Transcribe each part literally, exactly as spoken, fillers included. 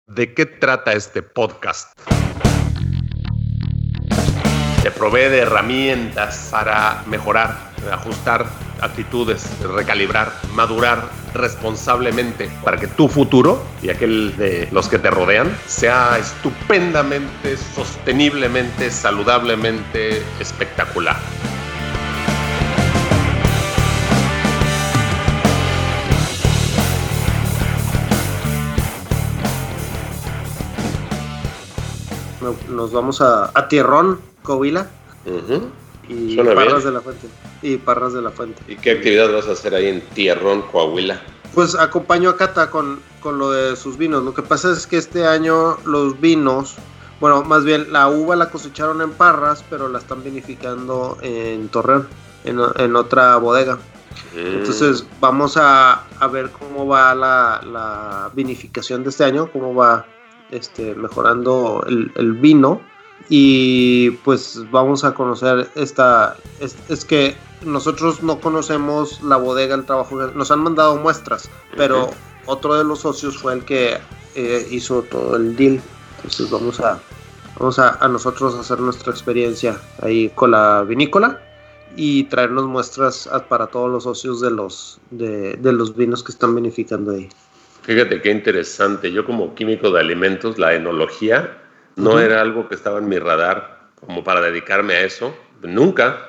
¿De qué trata este podcast? Te provee de herramientas para mejorar, ajustar actitudes, recalibrar, madurar responsablemente para que tu futuro y aquel de los que te rodean sea estupendamente, sosteniblemente, saludablemente espectacular. Nos vamos a, a Tierrón, Coahuila. Uh-huh. Y Suena Parras bien. de la Fuente. Y Parras de la Fuente. ¿Y qué actividad vas a hacer ahí en Tierrón, Coahuila? Pues acompaño a Cata con, con lo de sus vinos. Lo que pasa es que este año los vinos, bueno, más bien la uva la cosecharon en Parras, pero la están vinificando en Torreón, en, en otra bodega. Mm. Entonces vamos a, a ver cómo va la, la vinificación de este año, cómo va este, mejorando el, el vino. Y pues vamos a conocer esta, es, es que nosotros no conocemos la bodega, el trabajo, nos han mandado muestras, pero uh-huh. otro de los socios fue el que eh, hizo todo el deal. Entonces vamos a vamos a, a nosotros hacer nuestra experiencia ahí con la vinícola y traernos muestras a, para todos los socios de los de, de los vinos que están vinificando ahí. Fíjate qué interesante. Yo como químico de alimentos, la enología no uh-huh. era algo que estaba en mi radar como para dedicarme a eso, nunca.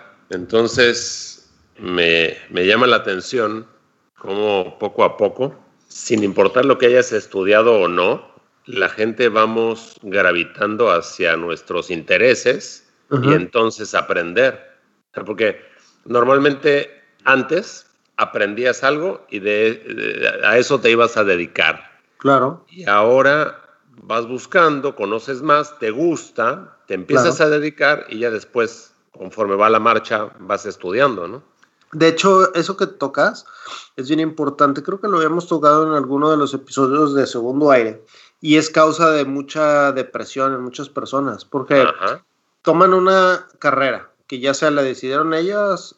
Entonces me, me llama la atención cómo poco a poco, sin importar lo que hayas estudiado o no, la gente vamos gravitando hacia nuestros intereses uh-huh. y entonces aprender. Porque normalmente antes aprendías algo y de, de, a eso te ibas a dedicar. Claro. Y ahora vas buscando, conoces más, te gusta, te empiezas claro. a dedicar y ya después, conforme va la marcha, vas estudiando, ¿no? De hecho, eso que tocas es bien importante. Creo que lo habíamos tocado en alguno de los episodios de Segundo Aire y es causa de mucha depresión en muchas personas porque Ajá. toman una carrera que ya sea la decidieron ellas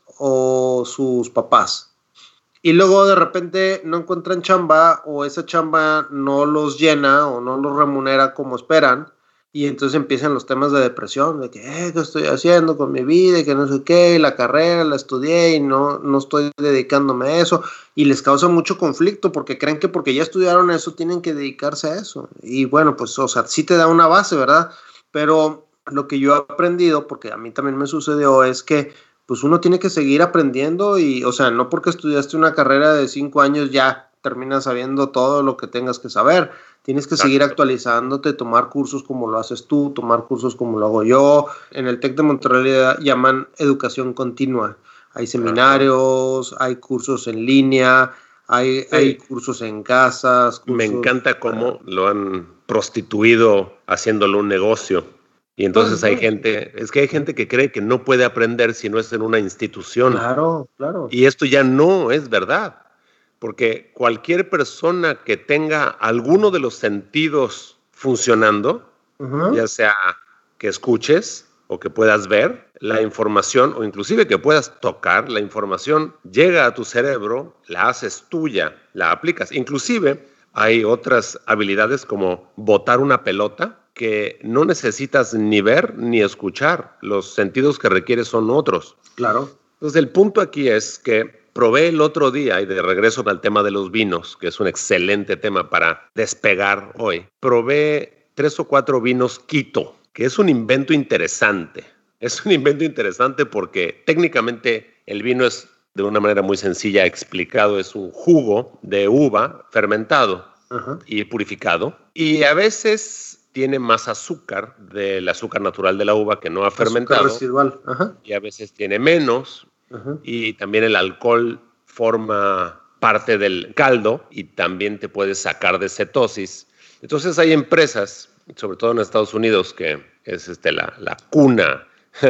o sus papás. Y luego de repente no encuentran chamba o esa chamba no los llena o no los remunera como esperan. Y entonces empiezan los temas de depresión, de que, eh, ¿qué estoy haciendo con mi vida? Y que no sé qué, y la carrera la estudié y no, no estoy dedicándome a eso. Y les causa mucho conflicto porque creen que porque ya estudiaron eso tienen que dedicarse a eso. Y bueno, pues, o sea, sí te da una base, ¿verdad? Pero lo que yo he aprendido, porque a mí también me sucedió, es que pues uno tiene que seguir aprendiendo y, o sea, no porque estudiaste una carrera de cinco años ya terminas sabiendo todo lo que tengas que saber. Tienes que Exacto. seguir actualizándote, tomar cursos como lo haces tú, tomar cursos como lo hago yo. En el TEC de Monterrey llaman educación continua. Hay seminarios, Ajá. hay cursos en línea, hay, sí. hay cursos en casas. Cursos, Me encanta cómo lo han prostituido haciéndolo un negocio. Y entonces no, hay no. gente, es que hay gente que cree que no puede aprender si no es en una institución. Claro, claro. Y esto ya no es verdad, porque cualquier persona que tenga alguno de los sentidos funcionando, uh-huh. ya sea que escuches o que puedas ver la información o inclusive que puedas tocar, la información llega a tu cerebro, la haces tuya, la aplicas. Inclusive hay otras habilidades como botar una pelota, que no necesitas ni ver ni escuchar. Los sentidos que requieres son otros. Claro. Entonces, el punto aquí es que probé el otro día, y de regreso al tema de los vinos, que es un excelente tema para despegar hoy, probé tres o cuatro vinos Quito, que es un invento interesante. Es un invento interesante porque técnicamente el vino es, de una manera muy sencilla explicado, es un jugo de uva fermentado uh-huh. y purificado. Y a veces tiene más azúcar del azúcar natural de la uva que no ha fermentado. Azúcar residual. Ajá. Y a veces tiene menos. Ajá. Y también el alcohol forma parte del caldo y también te puede sacar de cetosis. Entonces hay empresas, sobre todo en Estados Unidos, que es este, la, la cuna,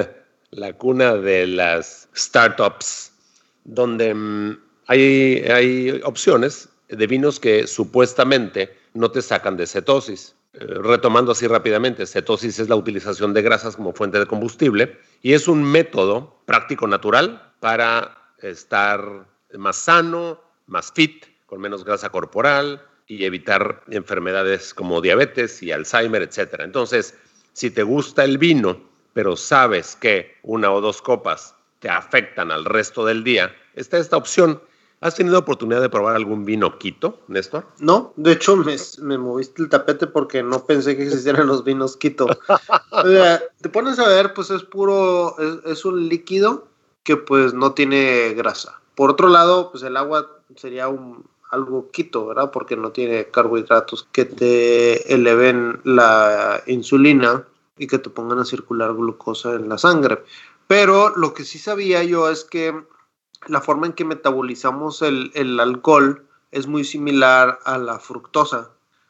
la cuna de las startups, donde mmm, hay, hay opciones de vinos que supuestamente no te sacan de cetosis. Retomando así rápidamente, cetosis es la utilización de grasas como fuente de combustible y es un método práctico natural para estar más sano, más fit, con menos grasa corporal, y evitar enfermedades como diabetes y Alzheimer, etcétera. Entonces, si te gusta el vino, pero sabes que una o dos copas te afectan al resto del día, está esta opción. ¿Has tenido oportunidad de probar algún vino Quito, Néstor? No, de hecho me, me moviste el tapete porque no pensé que existieran los vinos Quito. O sea, te pones a ver, pues es puro, es, es un líquido que pues no tiene grasa. Por otro lado, pues el agua sería un, algo Quito, ¿verdad? Porque no tiene carbohidratos que te eleven la insulina y que te pongan a circular glucosa en la sangre. Pero lo que sí sabía yo es que la forma en que metabolizamos el, el alcohol es muy similar a la fructosa.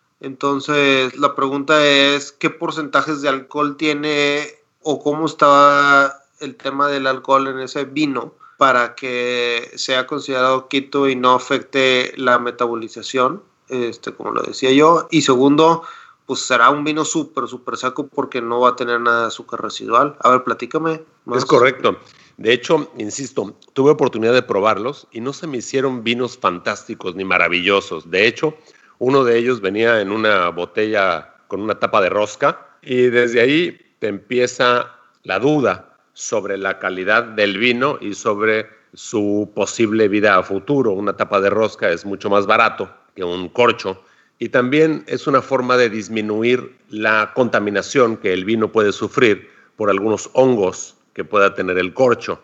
Entonces, la pregunta es, ¿qué porcentajes de alcohol tiene o cómo está el tema del alcohol en ese vino para que sea considerado Quito y no afecte la metabolización, este, como lo decía yo? Y segundo, pues será un vino súper, súper seco porque no va a tener nada de azúcar residual. A ver, platícame más. Es correcto. De hecho, insisto, tuve oportunidad de probarlos y no se me hicieron vinos fantásticos ni maravillosos. De hecho, uno de ellos venía en una botella con una tapa de rosca y desde ahí te empieza la duda sobre la calidad del vino y sobre su posible vida a futuro. Una tapa de rosca es mucho más barato que un corcho y también es una forma de disminuir la contaminación que el vino puede sufrir por algunos hongos que pueda tener el corcho.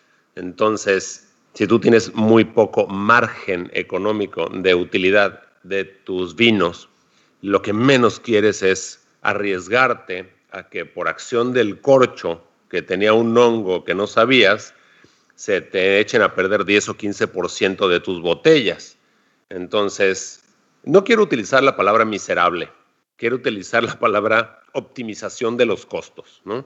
Entonces, si tú tienes muy poco margen económico de utilidad de tus vinos, lo que menos quieres es arriesgarte a que por acción del corcho, que tenía un hongo que no sabías, se te echen a perder diez o quince por ciento de tus botellas. Entonces, no quiero utilizar la palabra miserable, quiero utilizar la palabra optimización de los costos, ¿no?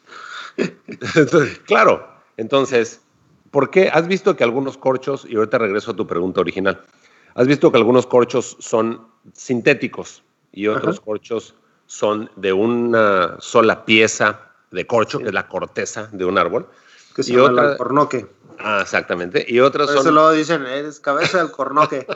Entonces, claro, entonces, ¿por qué? ¿Has visto que algunos corchos, y ahorita regreso a tu pregunta original, has visto que algunos corchos son sintéticos y otros Ajá. corchos son de una sola pieza de corcho, sí. que es la corteza de un árbol? Que se y llama otra, el alcornoque. Ah, exactamente. Y otros Por son... eso luego dicen, eres cabeza del alcornoque.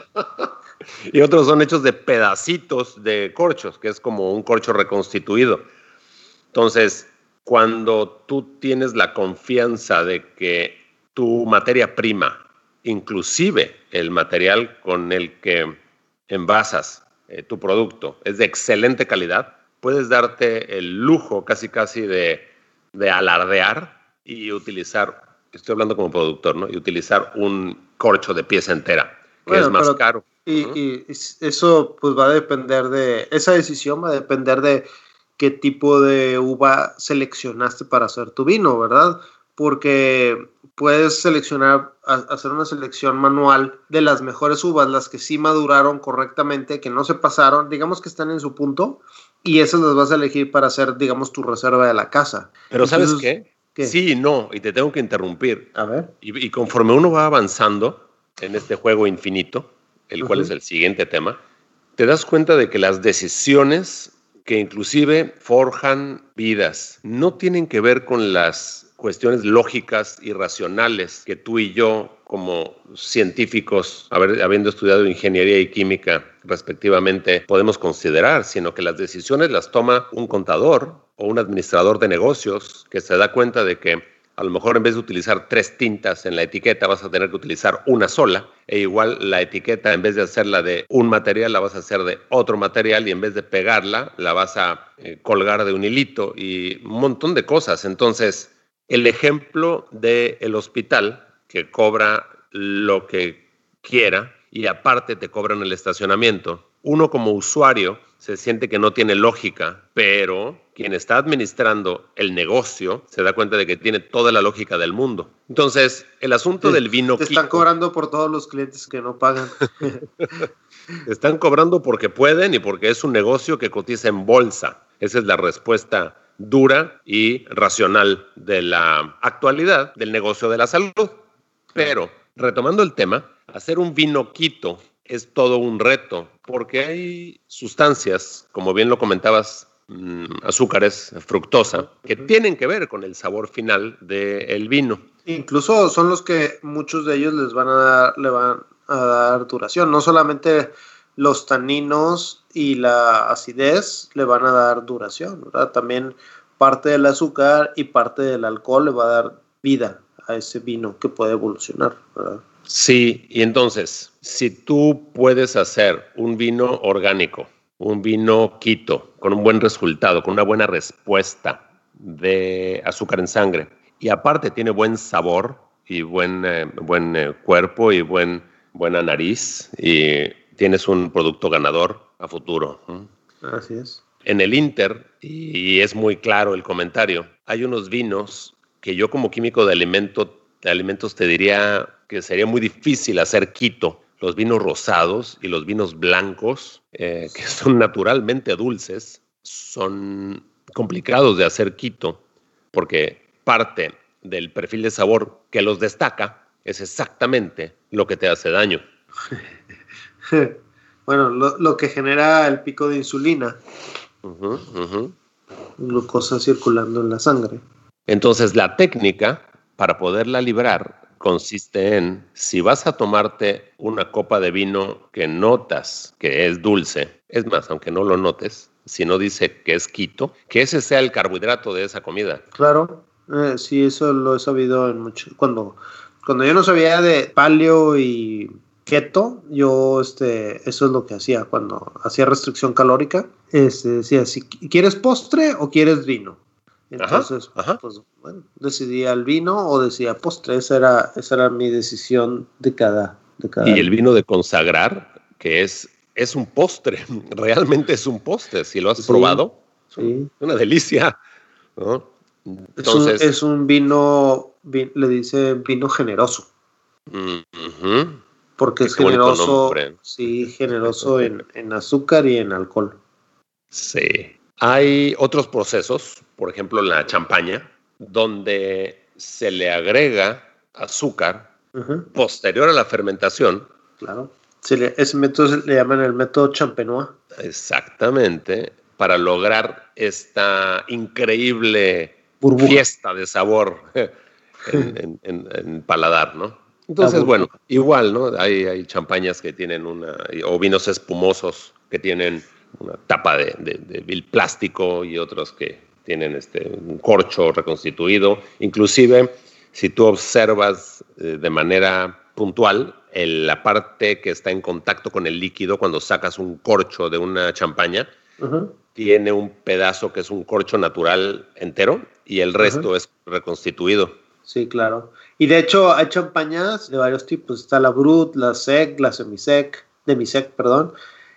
Y otros son hechos de pedacitos de corchos, que es como un corcho reconstituido. Entonces, cuando tú tienes la confianza de que tu materia prima, inclusive el material con el que envasas eh, tu producto, es de excelente calidad, puedes darte el lujo casi casi de, de alardear y utilizar, estoy hablando como productor, ¿no? Y utilizar un corcho de pieza entera, que bueno, es más pero, caro. Y, uh-huh. y eso pues va a depender de, esa decisión va a depender de qué tipo de uva seleccionaste para hacer tu vino, ¿verdad? Porque puedes seleccionar, hacer una selección manual de las mejores uvas, las que sí maduraron correctamente, que no se pasaron, digamos que están en su punto, y esas las vas a elegir para hacer, digamos, tu reserva de la casa. Pero Entonces, ¿sabes qué? ¿qué? Sí y no, y te tengo que interrumpir. A ver. Y, y conforme uno va avanzando en este juego infinito, el uh-huh. cual es el siguiente tema, te das cuenta de que las decisiones que inclusive forjan vidas no tienen que ver con las cuestiones lógicas y racionales que tú y yo, como científicos, haber, habiendo estudiado ingeniería y química respectivamente, podemos considerar, sino que las decisiones las toma un contador o un administrador de negocios que se da cuenta de que a lo mejor en vez de utilizar tres tintas en la etiqueta vas a tener que utilizar una sola, e igual la etiqueta en vez de hacerla de un material la vas a hacer de otro material, y en vez de pegarla la vas a eh, colgar de un hilito y un montón de cosas. Entonces, el ejemplo del hospital que cobra lo que quiera y aparte te cobran el estacionamiento, uno como usuario se siente que no tiene lógica, pero quien está administrando el negocio se da cuenta de que tiene toda la lógica del mundo. Entonces, el asunto sí, del vino... Te están Quito, cobrando por todos los clientes que no pagan. Te están cobrando porque pueden y porque es un negocio que cotiza en bolsa. Esa es la respuesta dura y racional de la actualidad del negocio de la salud. Pero, retomando el tema, hacer un vino Quito es todo un reto, porque hay sustancias, como bien lo comentabas, mmm, azúcares, fructosa, que uh-huh. tienen que ver con el sabor final del vino. Incluso son los que muchos de ellos les van a dar, le van a dar duración, no solamente los taninos y la acidez le van a dar duración, ¿verdad? También parte del azúcar y parte del alcohol le va a dar vida a ese vino que puede evolucionar, ¿verdad? Sí, y entonces, si tú puedes hacer un vino orgánico, un vino quito, con un buen resultado, con una buena respuesta de azúcar en sangre, y aparte tiene buen sabor y buen, eh, buen eh, cuerpo y buen, buena nariz, y tienes un producto ganador a futuro. Así es. En el Inter, y es muy claro el comentario, hay unos vinos que yo como químico de, alimento, de alimentos te diría que sería muy difícil hacer quito. Los vinos rosados y los vinos blancos, eh, que son naturalmente dulces, son complicados de hacer quito porque parte del perfil de sabor que los destaca es exactamente lo que te hace daño. Bueno, lo, lo que genera el pico de insulina. Uh-huh, uh-huh. Glucosa circulando en la sangre. Entonces, la técnica para poderla librar consiste en, si vas a tomarte una copa de vino que notas que es dulce, es más, aunque no lo notes, si no dice que es quito, que ese sea el carbohidrato de esa comida. Claro, eh, sí, eso lo he sabido en mucho. Cuando, cuando yo no sabía de paleo y keto, yo, este, eso es lo que hacía cuando hacía restricción calórica. Este, decía, si ¿quieres postre o quieres vino? Entonces, ajá, ajá. pues bueno, decidía el vino o decidía postre. Esa era, esa era mi decisión de cada, de cada Y año. el vino de consagrar, que es, es un postre, realmente es un postre. Si lo has sí, probado, sí. Una delicia, ¿no? Entonces, es, un, es un vino, vin, le dice vino generoso. Uh-huh. Porque qué es generoso, sí, generoso en, en azúcar y en alcohol. Sí. Hay otros procesos, por ejemplo la champaña, donde se le agrega azúcar uh-huh. posterior a la fermentación. Claro. Se le, ese método le llaman el método champenois. Exactamente, para lograr esta increíble burbuja. Fiesta de sabor en, en, en, en paladar, ¿no? Entonces, bueno, igual, ¿no? Hay, hay champañas que tienen una, o vinos espumosos que tienen una tapa de, de, de plástico y otros que tienen este, un corcho reconstituido. Inclusive, si tú observas eh, de manera puntual, el, la parte que está en contacto con el líquido cuando sacas un corcho de una champaña, uh-huh. tiene un pedazo que es un corcho natural entero y el resto uh-huh. es reconstituido. Sí, claro. Y de hecho hay champañas de varios tipos. Está la Brut, la Sec, la Semisec, Demisec, perdón.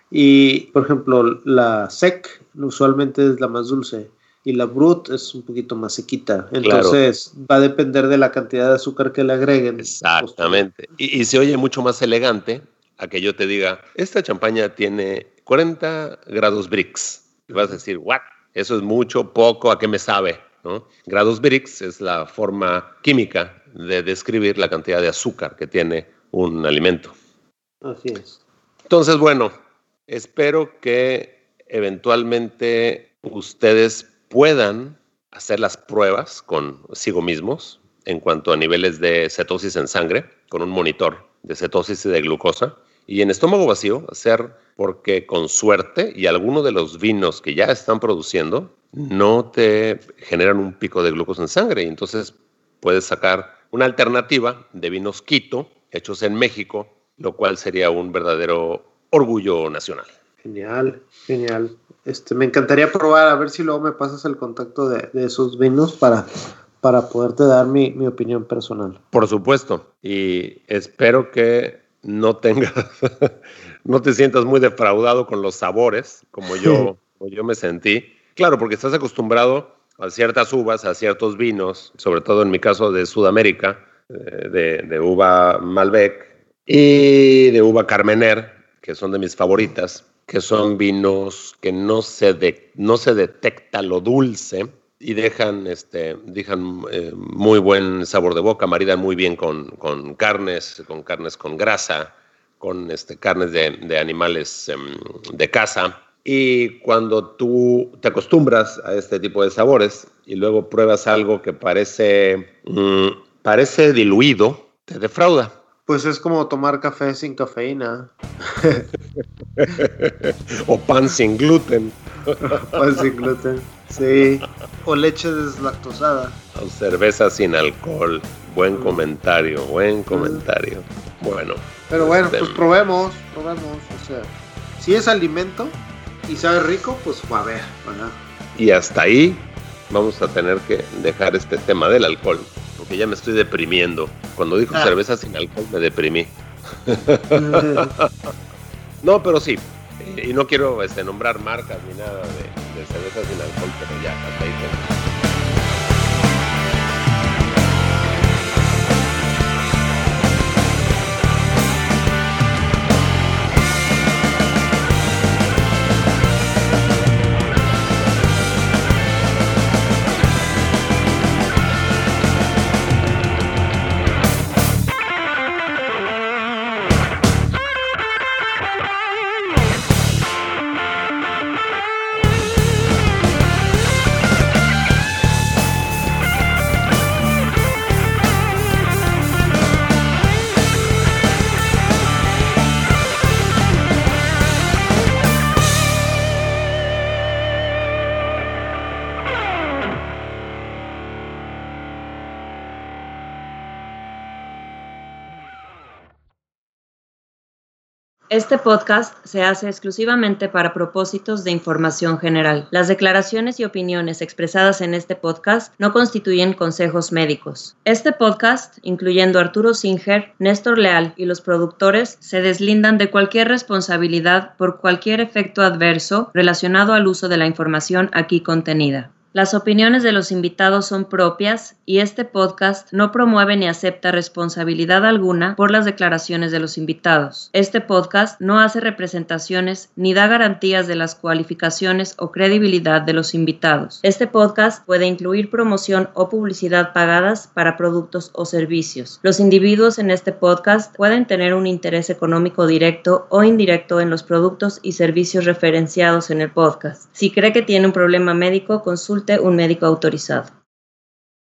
Y, por ejemplo, la Sec usualmente es la más dulce y la Brut es un poquito más sequita. Entonces claro. va a depender de la cantidad de azúcar que le agreguen. Exactamente. Y, y se oye mucho más elegante a que yo te diga, esta champaña tiene cuarenta grados Brix. Y vas a decir, ¿what? Eso es mucho, poco, ¿a qué me sabe? ¿No? Grados Brix es la forma química de describir la cantidad de azúcar que tiene un alimento. Así es. Entonces, bueno, espero que eventualmente ustedes puedan hacer las pruebas consigo mismos en cuanto a niveles de cetosis en sangre, con un monitor de cetosis y de glucosa, y en estómago vacío hacer, porque con suerte, y algunos de los vinos que ya están produciendo, no te generan un pico de glucosa en sangre, y entonces puedes sacar una alternativa de vinos quito, hechos en México, lo cual sería un verdadero orgullo nacional. Genial, genial. Este, me encantaría probar, a ver si luego me pasas el contacto de, de esos vinos para, para poderte dar mi, mi opinión personal. Por supuesto, y espero que no tengas, no te sientas muy defraudado con los sabores, como yo, como yo me sentí. Claro, porque estás acostumbrado a ciertas uvas, a ciertos vinos, sobre todo en mi caso de Sudamérica, de, de uva Malbec y de uva Carmener, que son de mis favoritas, que son vinos que no se, de, no se detecta lo dulce y dejan, este, dejan eh, muy buen sabor de boca, maridan muy bien con, con carnes, con carnes con grasa, con este, carnes de, de animales eh, de caza. Y cuando tú te acostumbras a este tipo de sabores y luego pruebas algo que parece, mmm, parece diluido, te defrauda. Pues es como tomar café sin cafeína. O pan sin gluten. Pan sin gluten, sí. O leche deslactosada. O cerveza sin alcohol. Buen mm. comentario, buen comentario. Mm. Bueno. Pero bueno, este... pues probemos, probemos. O sea, si es alimento y sabe rico, pues a ver, ¿verdad? Y hasta ahí vamos a tener que dejar este tema del alcohol, porque ya me estoy deprimiendo. Cuando dijo ah. cerveza sin alcohol me deprimí. No, pero sí. Y no quiero este, nombrar marcas ni nada de, de cerveza sin alcohol, pero ya, hasta ahí tengo. Este podcast se hace exclusivamente para propósitos de información general. Las declaraciones y opiniones expresadas en este podcast no constituyen consejos médicos. Este podcast, incluyendo Arturo Singer, Néstor Leal y los productores, se deslindan de cualquier responsabilidad por cualquier efecto adverso relacionado al uso de la información aquí contenida. Las opiniones de los invitados son propias y este podcast no promueve ni acepta responsabilidad alguna por las declaraciones de los invitados. Este podcast no hace representaciones ni da garantías de las cualificaciones o credibilidad de los invitados. Este podcast puede incluir promoción o publicidad pagadas para productos o servicios. Los individuos en este podcast pueden tener un interés económico directo o indirecto en los productos y servicios referenciados en el podcast. Si cree que tiene un problema médico, consulte un médico autorizado.